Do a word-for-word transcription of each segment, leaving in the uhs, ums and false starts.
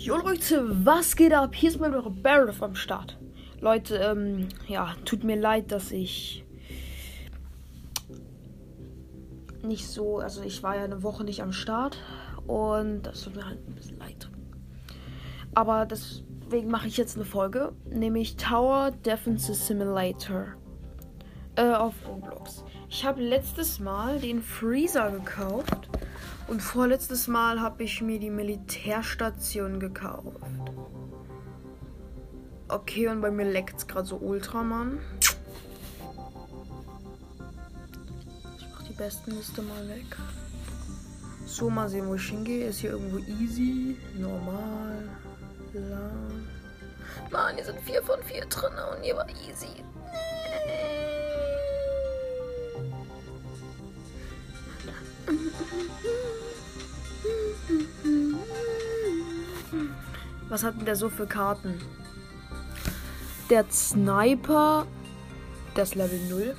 Jo Leute, was geht ab? Hier ist mal eure Barrett am Start. Leute, ähm, ja, tut mir leid, dass ich nicht so, also ich war ja eine Woche nicht am Start und das tut mir halt ein bisschen leid. Aber deswegen mache ich jetzt eine Folge, nämlich Tower Defense Simulator äh, auf Roblox. Ich habe letztes Mal den Freezer gekauft und vorletztes Mal habe ich mir die Militärstation gekauft. Okay, und bei mir leckt es gerade so ultra, Mann. Ich mach die besten Liste mal weg. So, mal sehen, wo ich hingehe. Ist hier irgendwo easy, normal, lang. Mann, hier sind vier von vier drin und hier war easy. Was hat denn der so für Karten? Der Sniper, der ist Level null.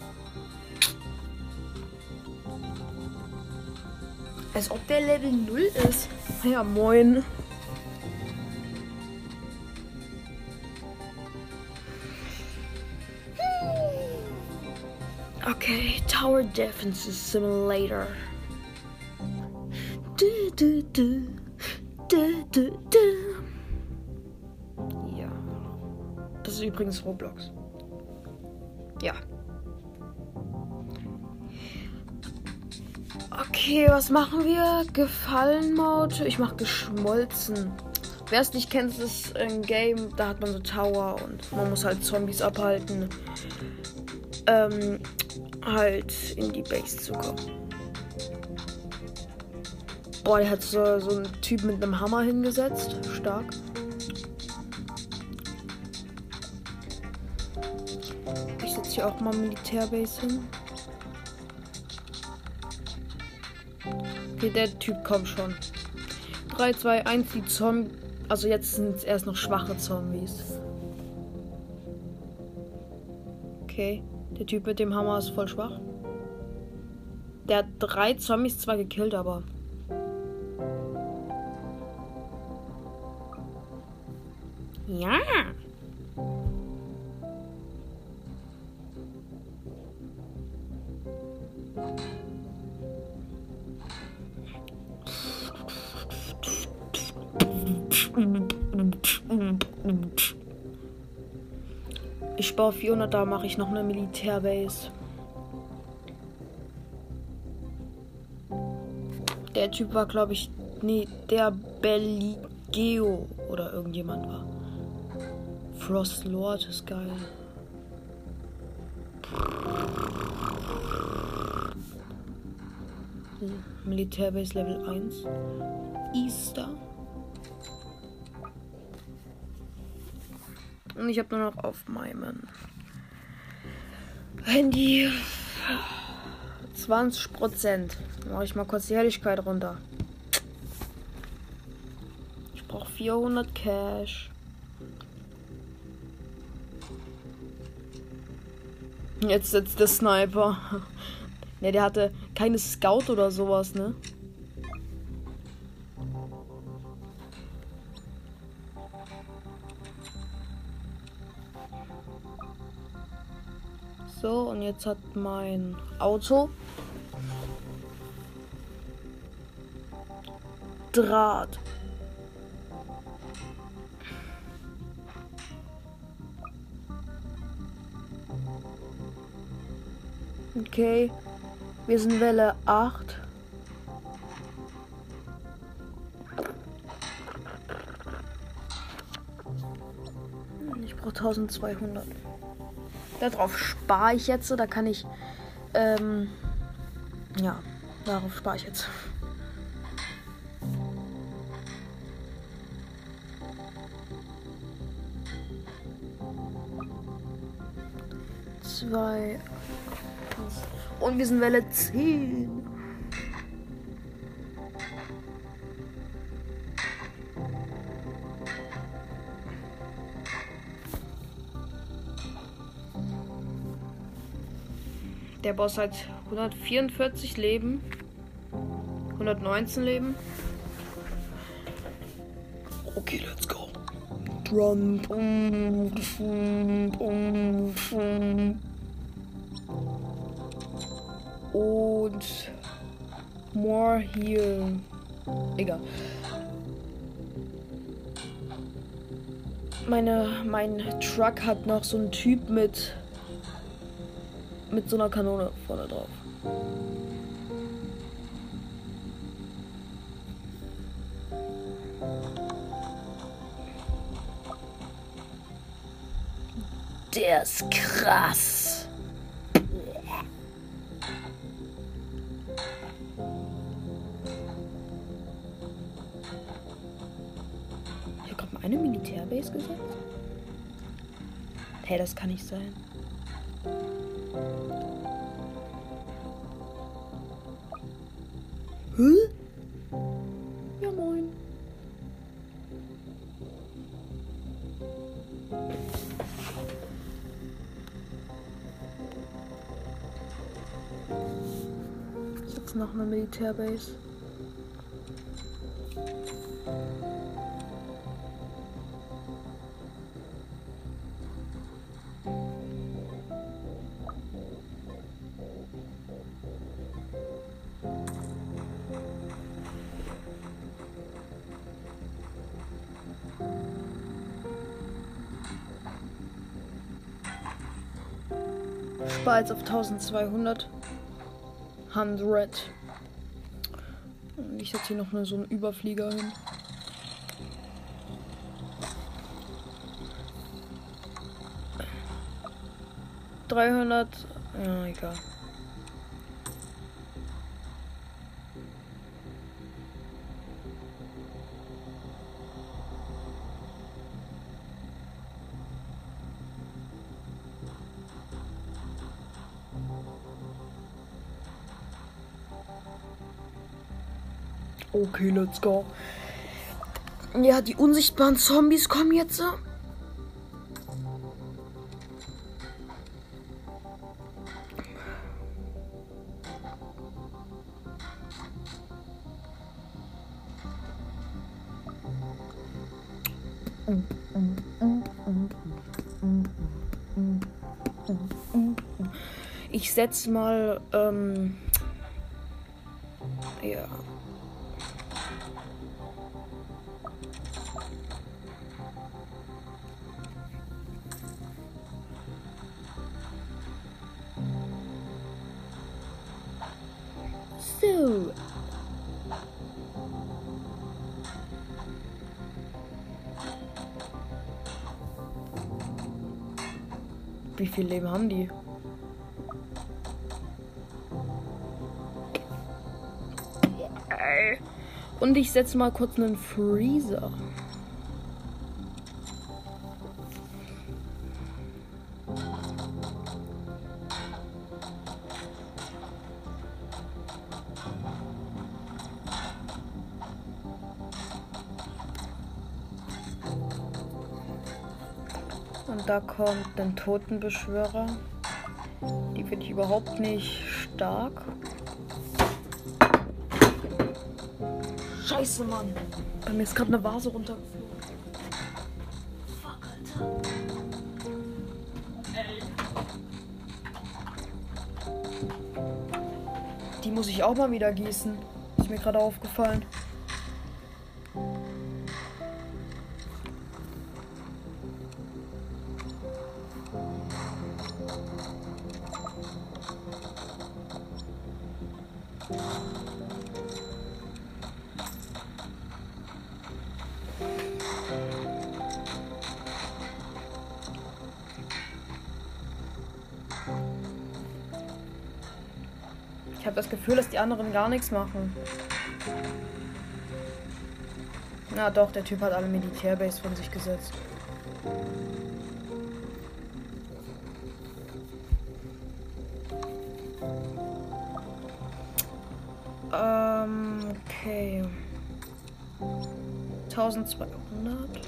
Als ob der Level null ist. Ja, moin. Okay, Tower Defense Simulator. Du, du, du. Du, du, du. Ja. Das ist übrigens Roblox. Ja. Okay, was machen wir? Gefallen-Mode. Ich mache geschmolzen. Wer es nicht kennt, ist ein Game, da hat man so Tower und man muss halt Zombies abhalten. Ähm, halt in die Base zu kommen. Boah, der hat so, so einen Typ mit einem Hammer hingesetzt. Stark. Ich setze hier auch mal Militärbase hin. Okay, der Typ kommt schon. drei, zwei, eins, die Zombies. Also jetzt sind es erst noch schwache Zombies. Okay, der Typ mit dem Hammer ist voll schwach. Der hat drei Zombies zwar gekillt, aber... Ja. Ich baue vierhundert, da mache ich noch eine Militärbase. Der Typ war, glaube ich, nee, der Belligeo oder irgendjemand war. Frost Lord ist geil. Militärbase Level eins. Easter. Und ich habe nur noch auf meinem Handy zwanzig Prozent. Mache ich mal kurz die Helligkeit runter. Ich brauche vierhundert Cash. Jetzt sitzt der Sniper. Ne, der hatte keine Scout oder sowas, ne? So, und jetzt hat mein Auto Draht. Okay, wir sind Welle acht. Ich brauche eintausendzweihundert. Darauf spare ich jetzt, da kann ich, ähm, ja, darauf spare ich jetzt. Zwei. Und wir sind Welle zehn. Der Boss hat hundertvierundvierzig Leben. hundertneunzehn Leben. Okay, let's go. Drum. Und more hier. Egal. Meine, mein Truck hat noch so einen Typ mit mit so einer Kanone vorne drauf. Der ist krass. Ich habe gerade mal eine Militärbase gesetzt. Hey, das kann nicht sein. Hä? Ja, moin. Jetzt noch eine Militärbase. Spar jetzt auf eintausendzweihundert. hundert. Und ich setze hier noch mal so einen Überflieger hin. dreihundert. Ja, egal. Okay, let's go. Ja, die unsichtbaren Zombies kommen jetzt. Ich setze mal, ähm, ja. So. Wie viel Leben haben die? Und ich setze mal kurz einen Freezer. Und da kommt ein Totenbeschwörer. Die finde ich überhaupt nicht stark. Scheiße, Mann. Bei mir ist gerade eine Vase runtergeflogen. Fuck, Alter. Ey. Die muss ich auch mal wieder gießen. Ist mir gerade aufgefallen. Ich habe das Gefühl, dass die anderen gar nichts machen. Na doch, der Typ hat alle Militärbase von sich gesetzt. Ähm, okay. eintausendzweihundert.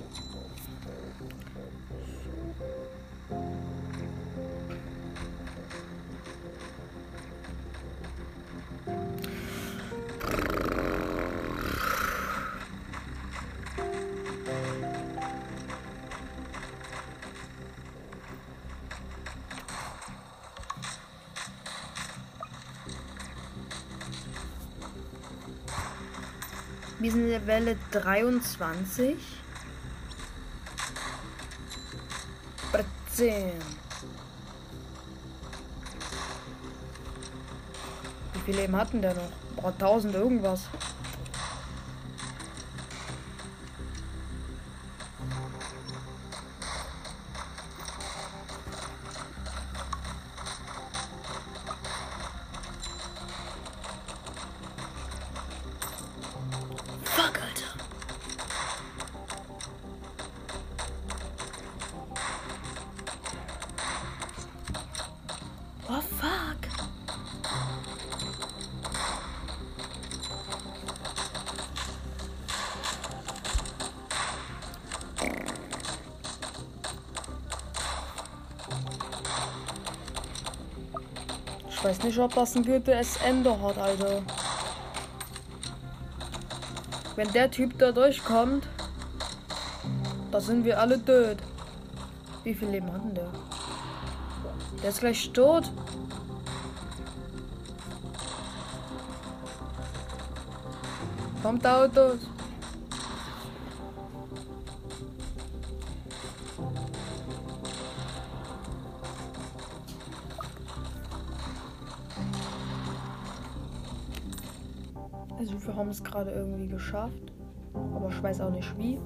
Wir sind in der Welle dreiundzwanzig. zehn. Wie viel Leben hatten der noch? Boah, tausend irgendwas. Fuck, Alter. Oh, fuck. Ich weiß nicht, ob das ein gutes Ende hat, Alter. Wenn der Typ da durchkommt, da sind wir alle tot. Wie viel Leben hat denn der? Der ist gleich tot. Kommt Autos. Also wir haben es gerade irgendwie geschafft. Aber ich weiß auch nicht wie.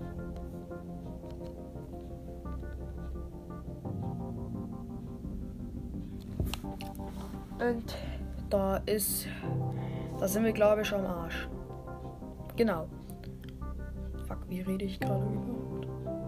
Und da ist... Da sind wir, glaube ich, am Arsch. Genau. Fuck, wie rede ich gerade überhaupt?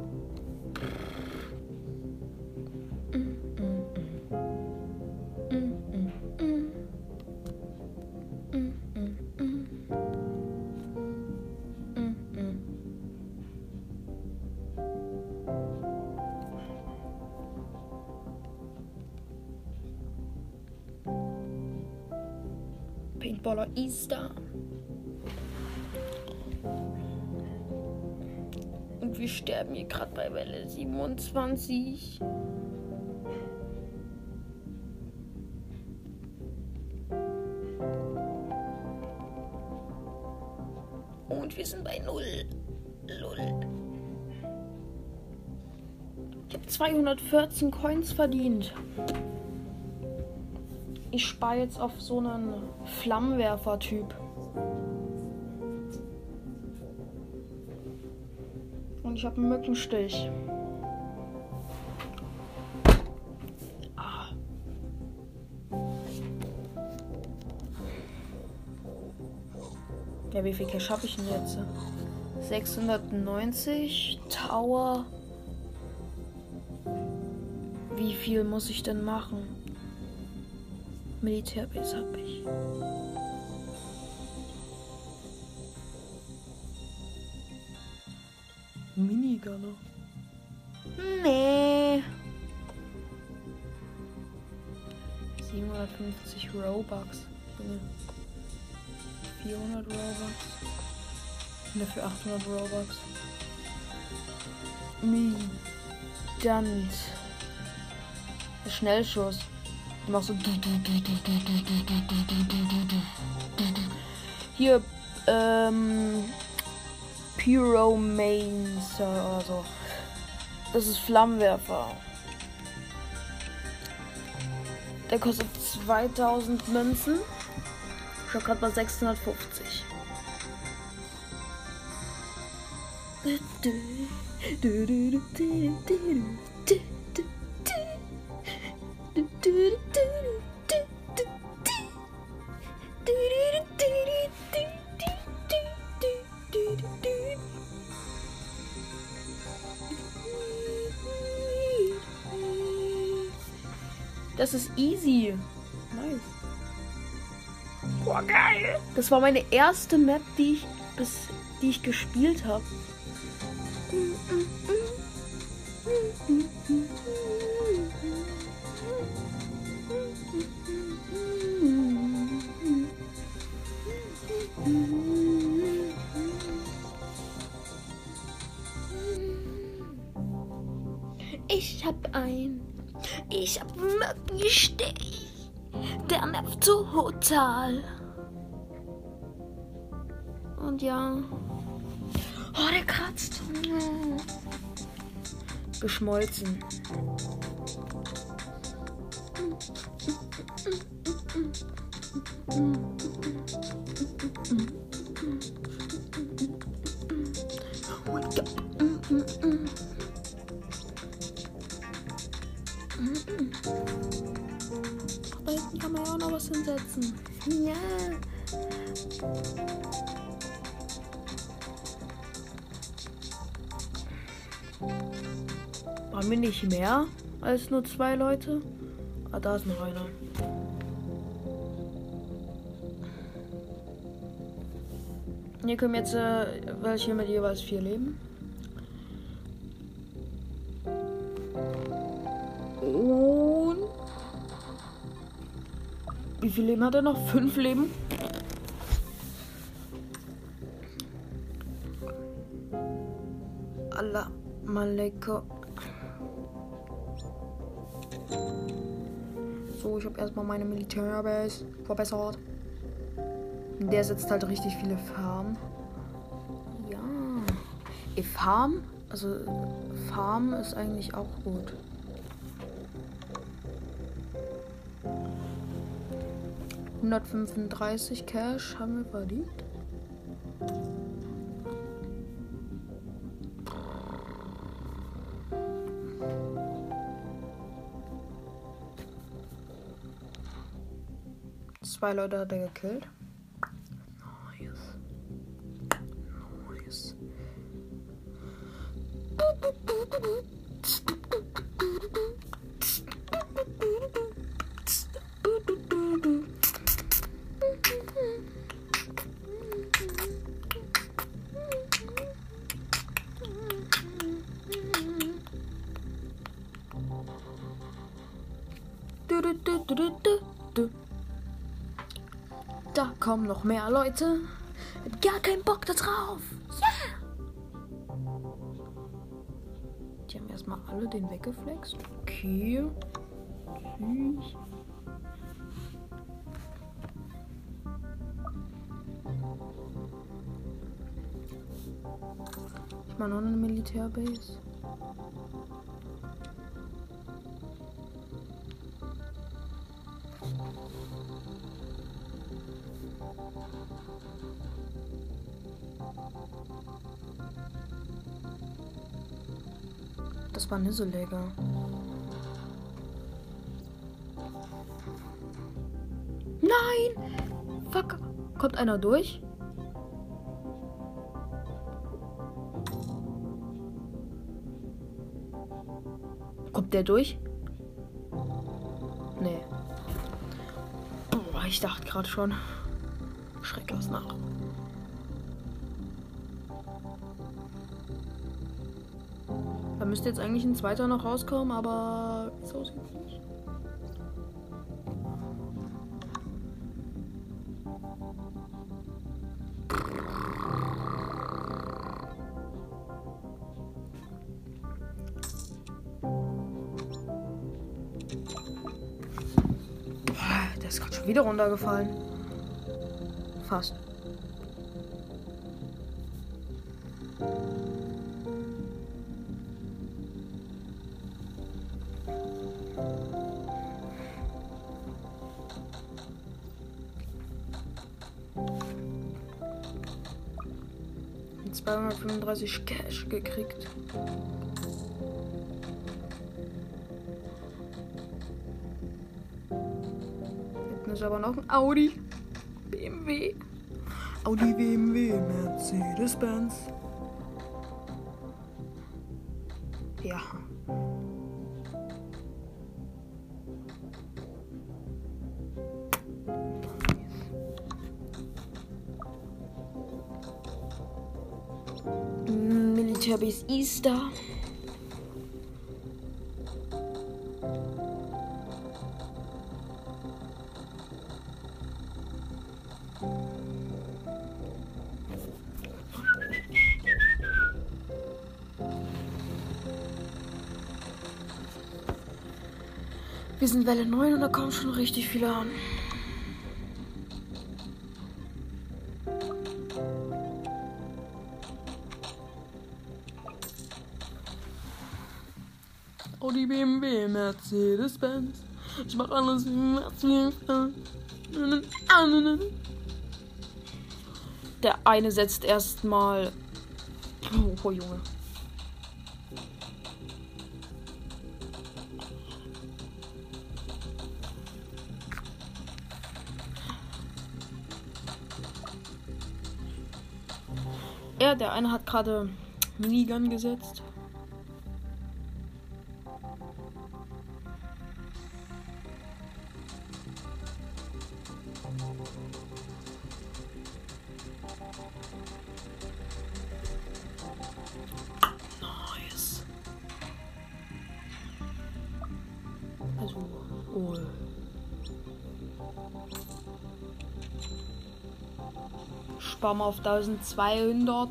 Paintballer Easter. Und wir sterben hier gerade bei Welle siebenundzwanzig. Und wir sind bei null. Lull. Ich habe zweihundertvierzehn Coins verdient. Ich spare jetzt auf so einen Flammenwerfer-Typ. Und ich habe einen Mückenstich. Ah. Ja, wie viel Cash habe ich denn jetzt? sechshundertneunzig Tower. Wie viel muss ich denn machen? Militärbase habe ich. Minigunner. Nee. siebenhundertfünfzig Robux. vierhundert Robux. Und dafür achthundert Robux. Nee. Dann. Schnellschuss. Ich mach so. Hier, ähm. Pyromancer oder so. Das ist Flammenwerfer. Der kostet zweitausend Münzen. Ich hab grad bei sechshundertfünfzig. Das ist easy. Nice. Boah, geil. Das war meine erste Map, die ich bis die ich gespielt habe. Ich hab ein, ich hab Mückenstich, der nervt so total. Und ja. Oh, der kratzt. Geschmolzen. Oh mein Gott. Da hinten kann man ja auch noch was hinsetzen. Ja. Waren wir nicht mehr als nur zwei Leute? Ah, da ist noch einer. Hier können jetzt äh, welche mit jeweils vier Leben. Und wie viel Leben hat er noch? Fünf Leben. Allah Maleko. So, ich habe erstmal meine Militärbase verbessert. Der setzt halt richtig viele Farmen. Ja. E Farm, also Farm ist eigentlich auch gut. hundertfünfunddreißig Cash haben wir verdient. Zwei Leute hat er gekillt. Nice. Nice. Du, du, du, du, du, du. Da kommen noch mehr Leute. Gar keinen Bock da drauf. Ja! Yeah! Die haben erstmal alle den weggeflext. Okay. Tschüss. Ich mache noch eine Militärbase. Das war Nisseläger. Nein! Fuck. Kommt einer durch? Kommt der durch? Nee. Boah, ich dachte gerade schon. Schreck was nach. Da müsste jetzt eigentlich ein zweiter noch rauskommen, aber so sieht's nicht. Der ist gerade schon wieder runtergefallen. Fast. zweihundertfünfunddreißig Cash gekriegt. Hinten ist aber noch ein Audi. B M W. Audi, B M W, Mercedes-Benz. Ja. Militärbase Easter. Wir sind Welle neun und da kommen schon richtig viele an. Audi, B M W, Mercedes, Benz. Ich mach alles wie Der eine setzt erstmal. Oh, Junge. Ja, der eine hat gerade Minigun gesetzt. Nice. Also, oh. Spar mal auf eintausendzweihundert.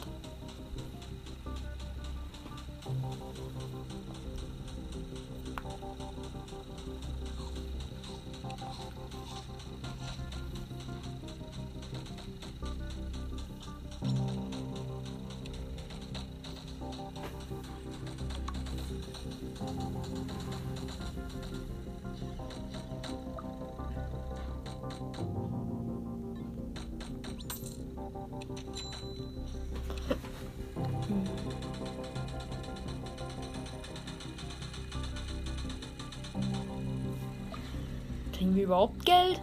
Kriegen wir überhaupt Geld?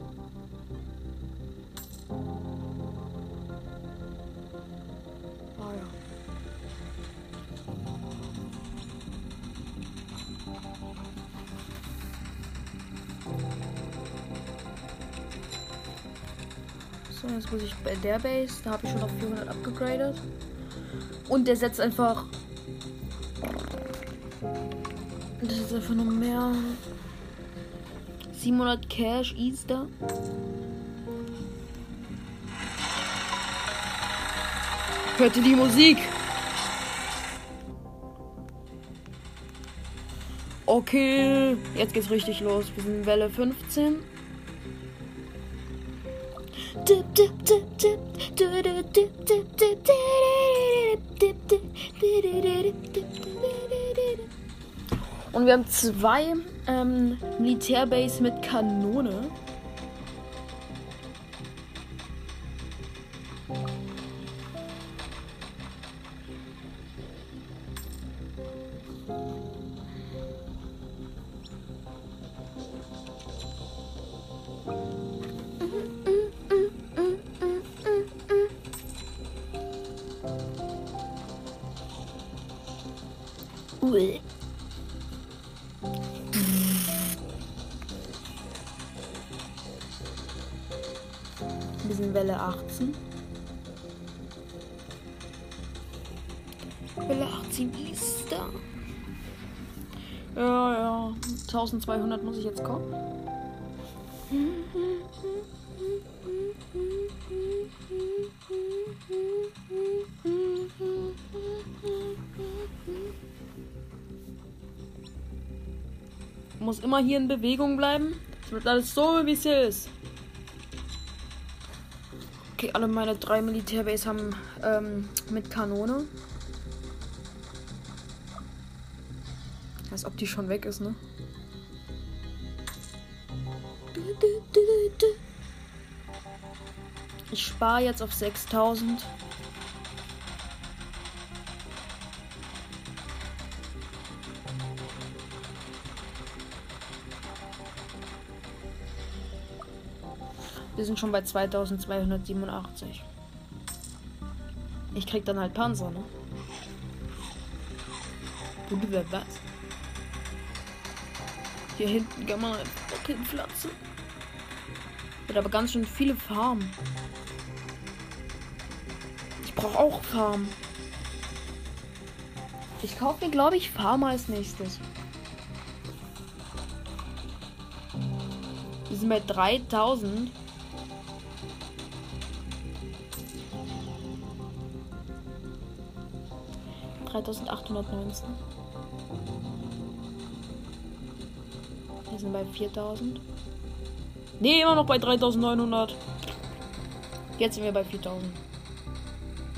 Ah ja. So, jetzt muss ich bei der Base, da habe ich schon auf vierhundert abgegradet. Und der setzt einfach. Das ist einfach noch mehr. siebenhundert Cash, Easter. Hört ihr die Musik? Okay, jetzt geht's richtig los. Wir sind Welle fünfzehn. Und wir haben zwei ähm, Militärbase mit Kanone. Ui. Wir sind Welle achtzehn. Welle achtzehn Easter. Ja, ja. eintausendzweihundert muss ich jetzt kommen. Muss immer hier in Bewegung bleiben. Es wird alles so, wie es hier ist. Okay, alle meine drei Militärbase haben ähm, mit Kanone. Als ob die schon weg ist, ne? Ich spare jetzt auf sechstausend. Wir sind schon bei zweitausendzweihundertsiebenundachtzig. Ich krieg dann halt Panzer, ne? Und wer was? Hier hinten kann man einfach hinpflanzen. Wird aber ganz schön viele Farmen. Ich brauche auch Farmen. Ich kaufe mir, glaube ich, Farm als nächstes. Wir sind bei dreitausend. dreitausendachthundertneunzehn. Wir sind bei viertausend. Ne, immer noch bei dreitausendneunhundert. Jetzt sind wir bei viertausend.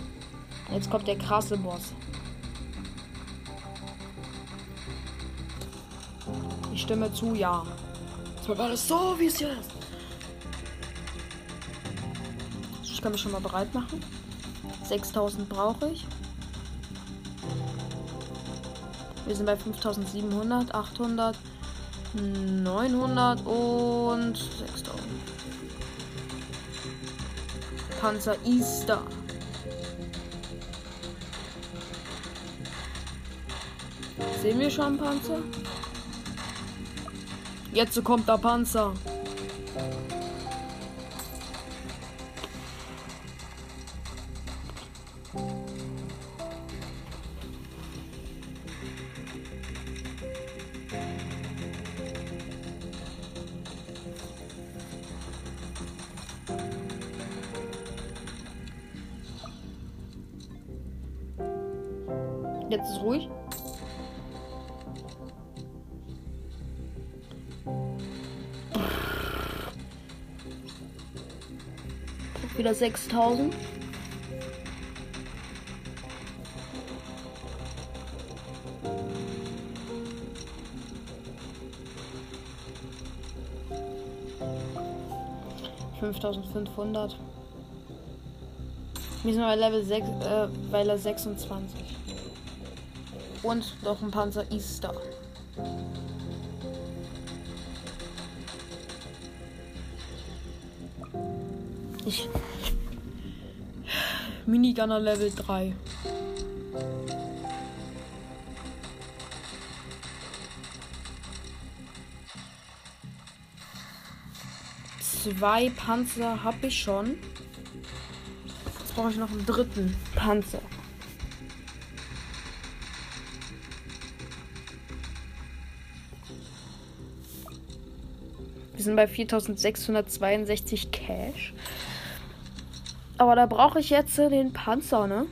Jetzt kommt der krasse Boss. stimme zu, ja. Das war alles so, wie es hier ist. Ich kann mich schon mal bereit machen. sechstausend brauche ich. Wir sind bei fünftausendsiebenhundert, achthundert, neunhundert und sechstausend. Panzer Easter. Sehen wir schon Panzer? Jetzt kommt der Panzer. Jetzt ist ruhig. Wieder sechstausend. fünftausendfünfhundert. Wir sind bei Level sechs, äh, bei Level sechsundzwanzig. Und noch ein Panzer Easter. Ich. Minigunner Level drei. Zwei Panzer habe ich schon. Jetzt brauche ich noch einen dritten Panzer. Wir sind bei viertausendsechshundertzweiundsechzig Cash. Aber da brauche ich jetzt den Panzer, ne?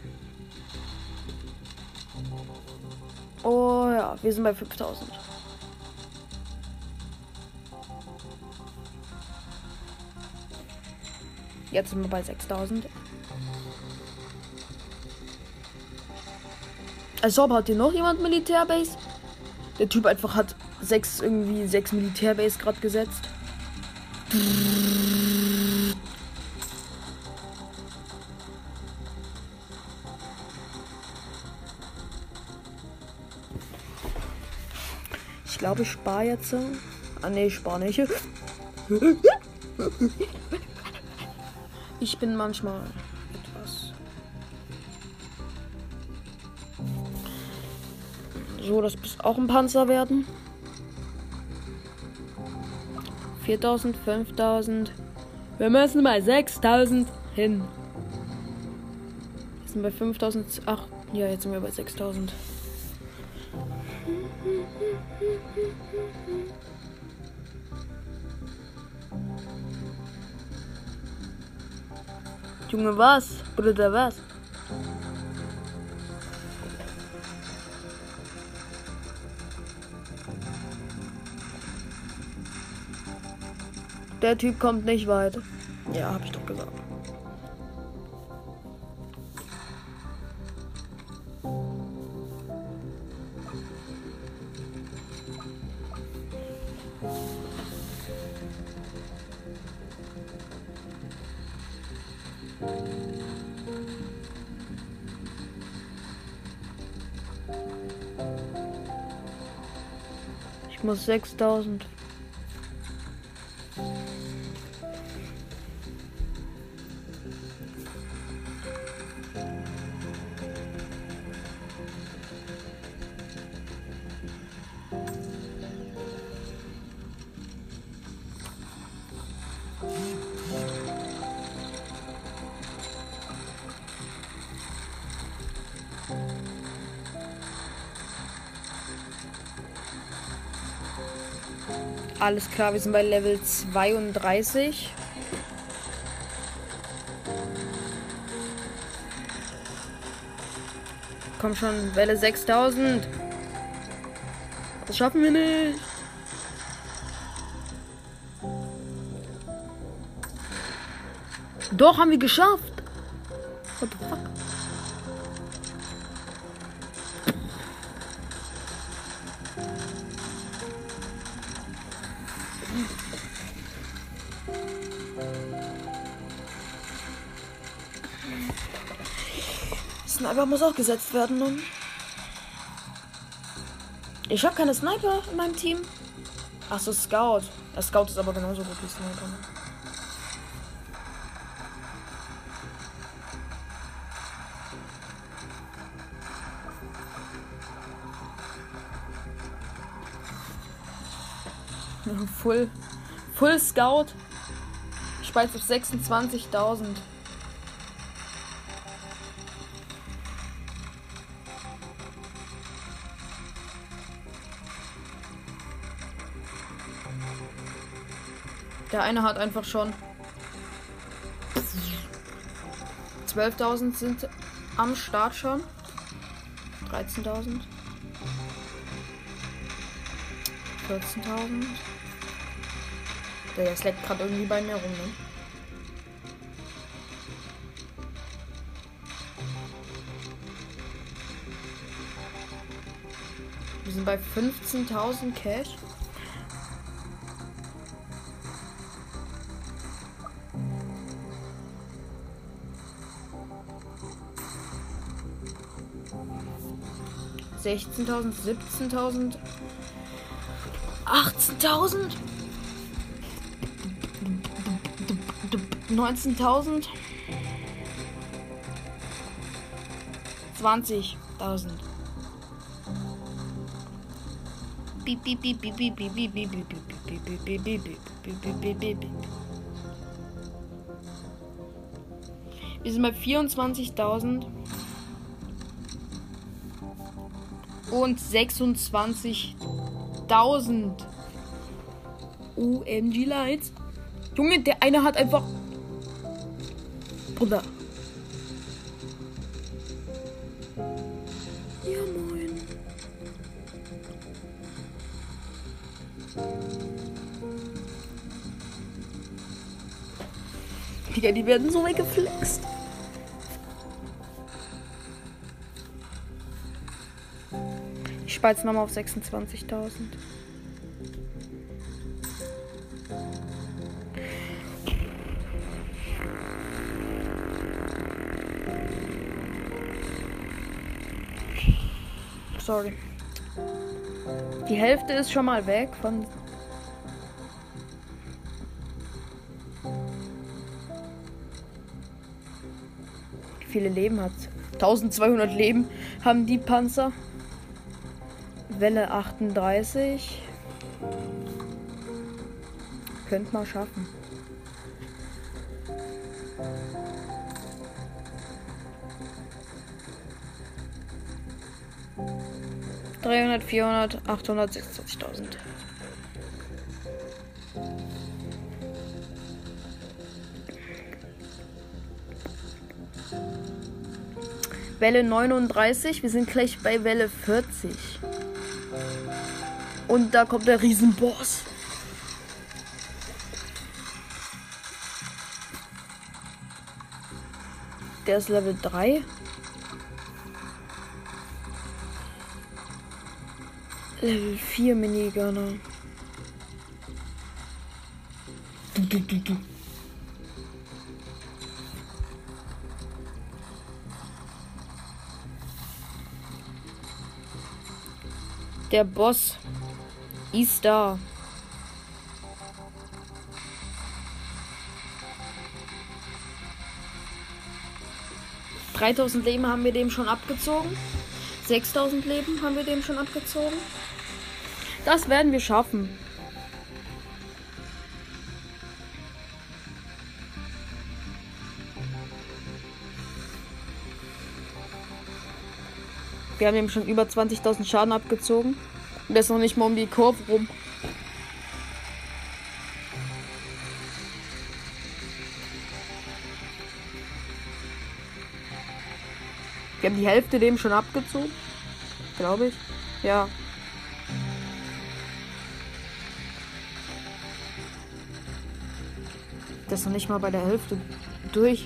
Oh ja, wir sind bei fünftausend. Jetzt sind wir bei sechstausend. Also hat hier noch jemand Militärbase? Der Typ einfach hat sechs irgendwie sechs Militärbase gerade gesetzt. Ich glaube, ich spare jetzt. Ah ne, ich spare nicht. Ich bin manchmal etwas. So, das muss auch ein Panzer werden. viertausend, fünftausend. Wir müssen bei sechstausend hin. Wir sind bei fünftausend. Ach, ja, jetzt sind wir bei sechstausend. Junge, was? Bruder, was? Der Typ kommt nicht weit. Ja, hab ich doch gesagt. Ich muss sechstausend. Alles klar, wir sind bei Level zweiunddreißig. Komm schon, Welle sechstausend. Das schaffen wir nicht. Doch, haben wir geschafft. What the fuck? Sniper muss auch gesetzt werden, ne? Ich habe keine Sniper in meinem Team. Ach so, Scout. Der Scout ist aber genauso gut wie Sniper. Ne? Full, Full Scout. Speiz auf sechsundzwanzigtausend. Der eine hat einfach schon zwölftausend sind am Start schon. dreizehntausend. vierzehntausend. Der leckt gerade irgendwie bei mir rum, ne? Wir sind bei fünfzehntausend Cash. sechzehntausend, siebzehntausend, achtzehntausend, neunzehntausend, zwanzigtausend. Piep, piep, piep, piep, piep, piep, piep, piep, piep, piep, piep, piep, piep, piep, piep, piep, piep. Wir sind bei vierundzwanzigtausend und sechsundzwanzigtausend. O M G Lights. Junge, der eine hat einfach... Bruder. Ja, moin. Digga, die werden so weggeflext. Ich speiz nochmal auf sechsundzwanzigtausend. Sorry. Die Hälfte ist schon mal weg von... Wie viele Leben hat? eintausendzweihundert Leben haben die Panzer. Welle achtunddreißig. Könnt mal schaffen. dreihundert, vierhundert, achthundert, sechsundzwanzigtausend. Welle neununddreißig, wir sind gleich bei Welle vierzig. Und da kommt der Riesenboss. Der ist Level drei. Level vier Minigunner. Du, du, du, du. Der Boss ist da. dreitausend Leben haben wir dem schon abgezogen. sechstausend Leben haben wir dem schon abgezogen. Das werden wir schaffen. Wir haben ihm schon über zwanzigtausend Schaden abgezogen. Und der ist noch nicht mal um die Kurve rum. Wir haben die Hälfte dem schon abgezogen. Glaube ich. Ja. Das ist noch nicht mal bei der Hälfte durch.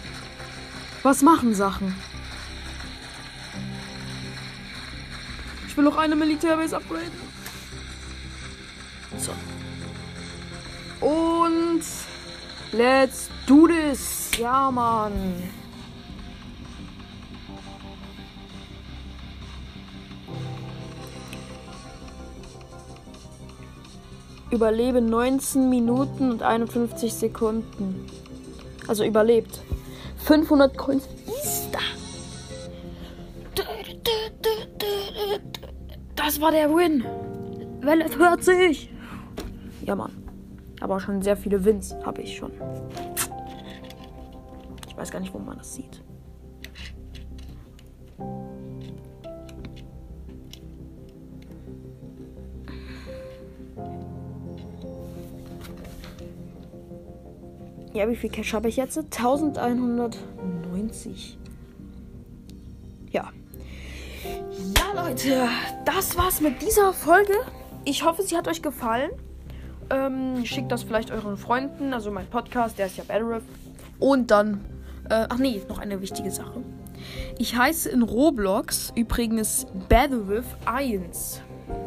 Was machen Sachen? Ich will noch eine Militärbase upgraden. So. Und let's do this. Ja, Mann. Überlebe neunzehn Minuten und einundfünfzig Sekunden. Also überlebt. fünfhundert Coins ist da. Das war der Win. Welle vierzig. Ja, Mann. Aber schon sehr viele Wins habe ich schon. Ich weiß gar nicht, wo man das sieht. Ja, wie viel Cash habe ich jetzt? elfhundertneunzig. Ja. Ja, Leute, das war's mit dieser Folge. Ich hoffe, sie hat euch gefallen. Ähm, schickt das vielleicht euren Freunden. Also mein Podcast, der ist ja Battleriff. Und dann, äh, ach nee, noch eine wichtige Sache. Ich heiße in Roblox übrigens Battleriff eins.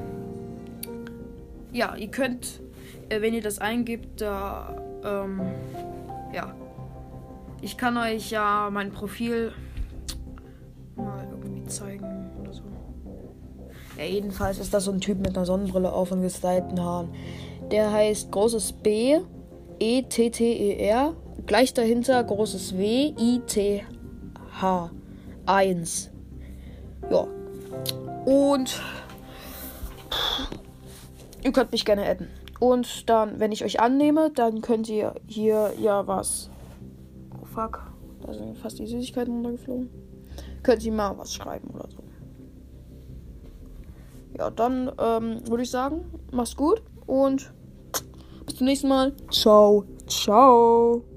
Ja, ihr könnt, äh, wenn ihr das eingibt, da, ähm, ja. Ich kann euch ja mein Profil mal irgendwie zeigen oder so. Ja, jedenfalls ist das so ein Typ mit einer Sonnenbrille auf und gestylten Haaren. Der heißt großes B, E T T E R, gleich dahinter großes W, I T H, eins. Ja. Und ihr könnt mich gerne adden. Und dann, wenn ich euch annehme, dann könnt ihr hier ja was. Oh fuck. Da sind fast die Süßigkeiten runtergeflogen. Könnt ihr mal was schreiben oder so. Ja, dann ähm, würde ich sagen, macht's gut und bis zum nächsten Mal. Ciao. Ciao.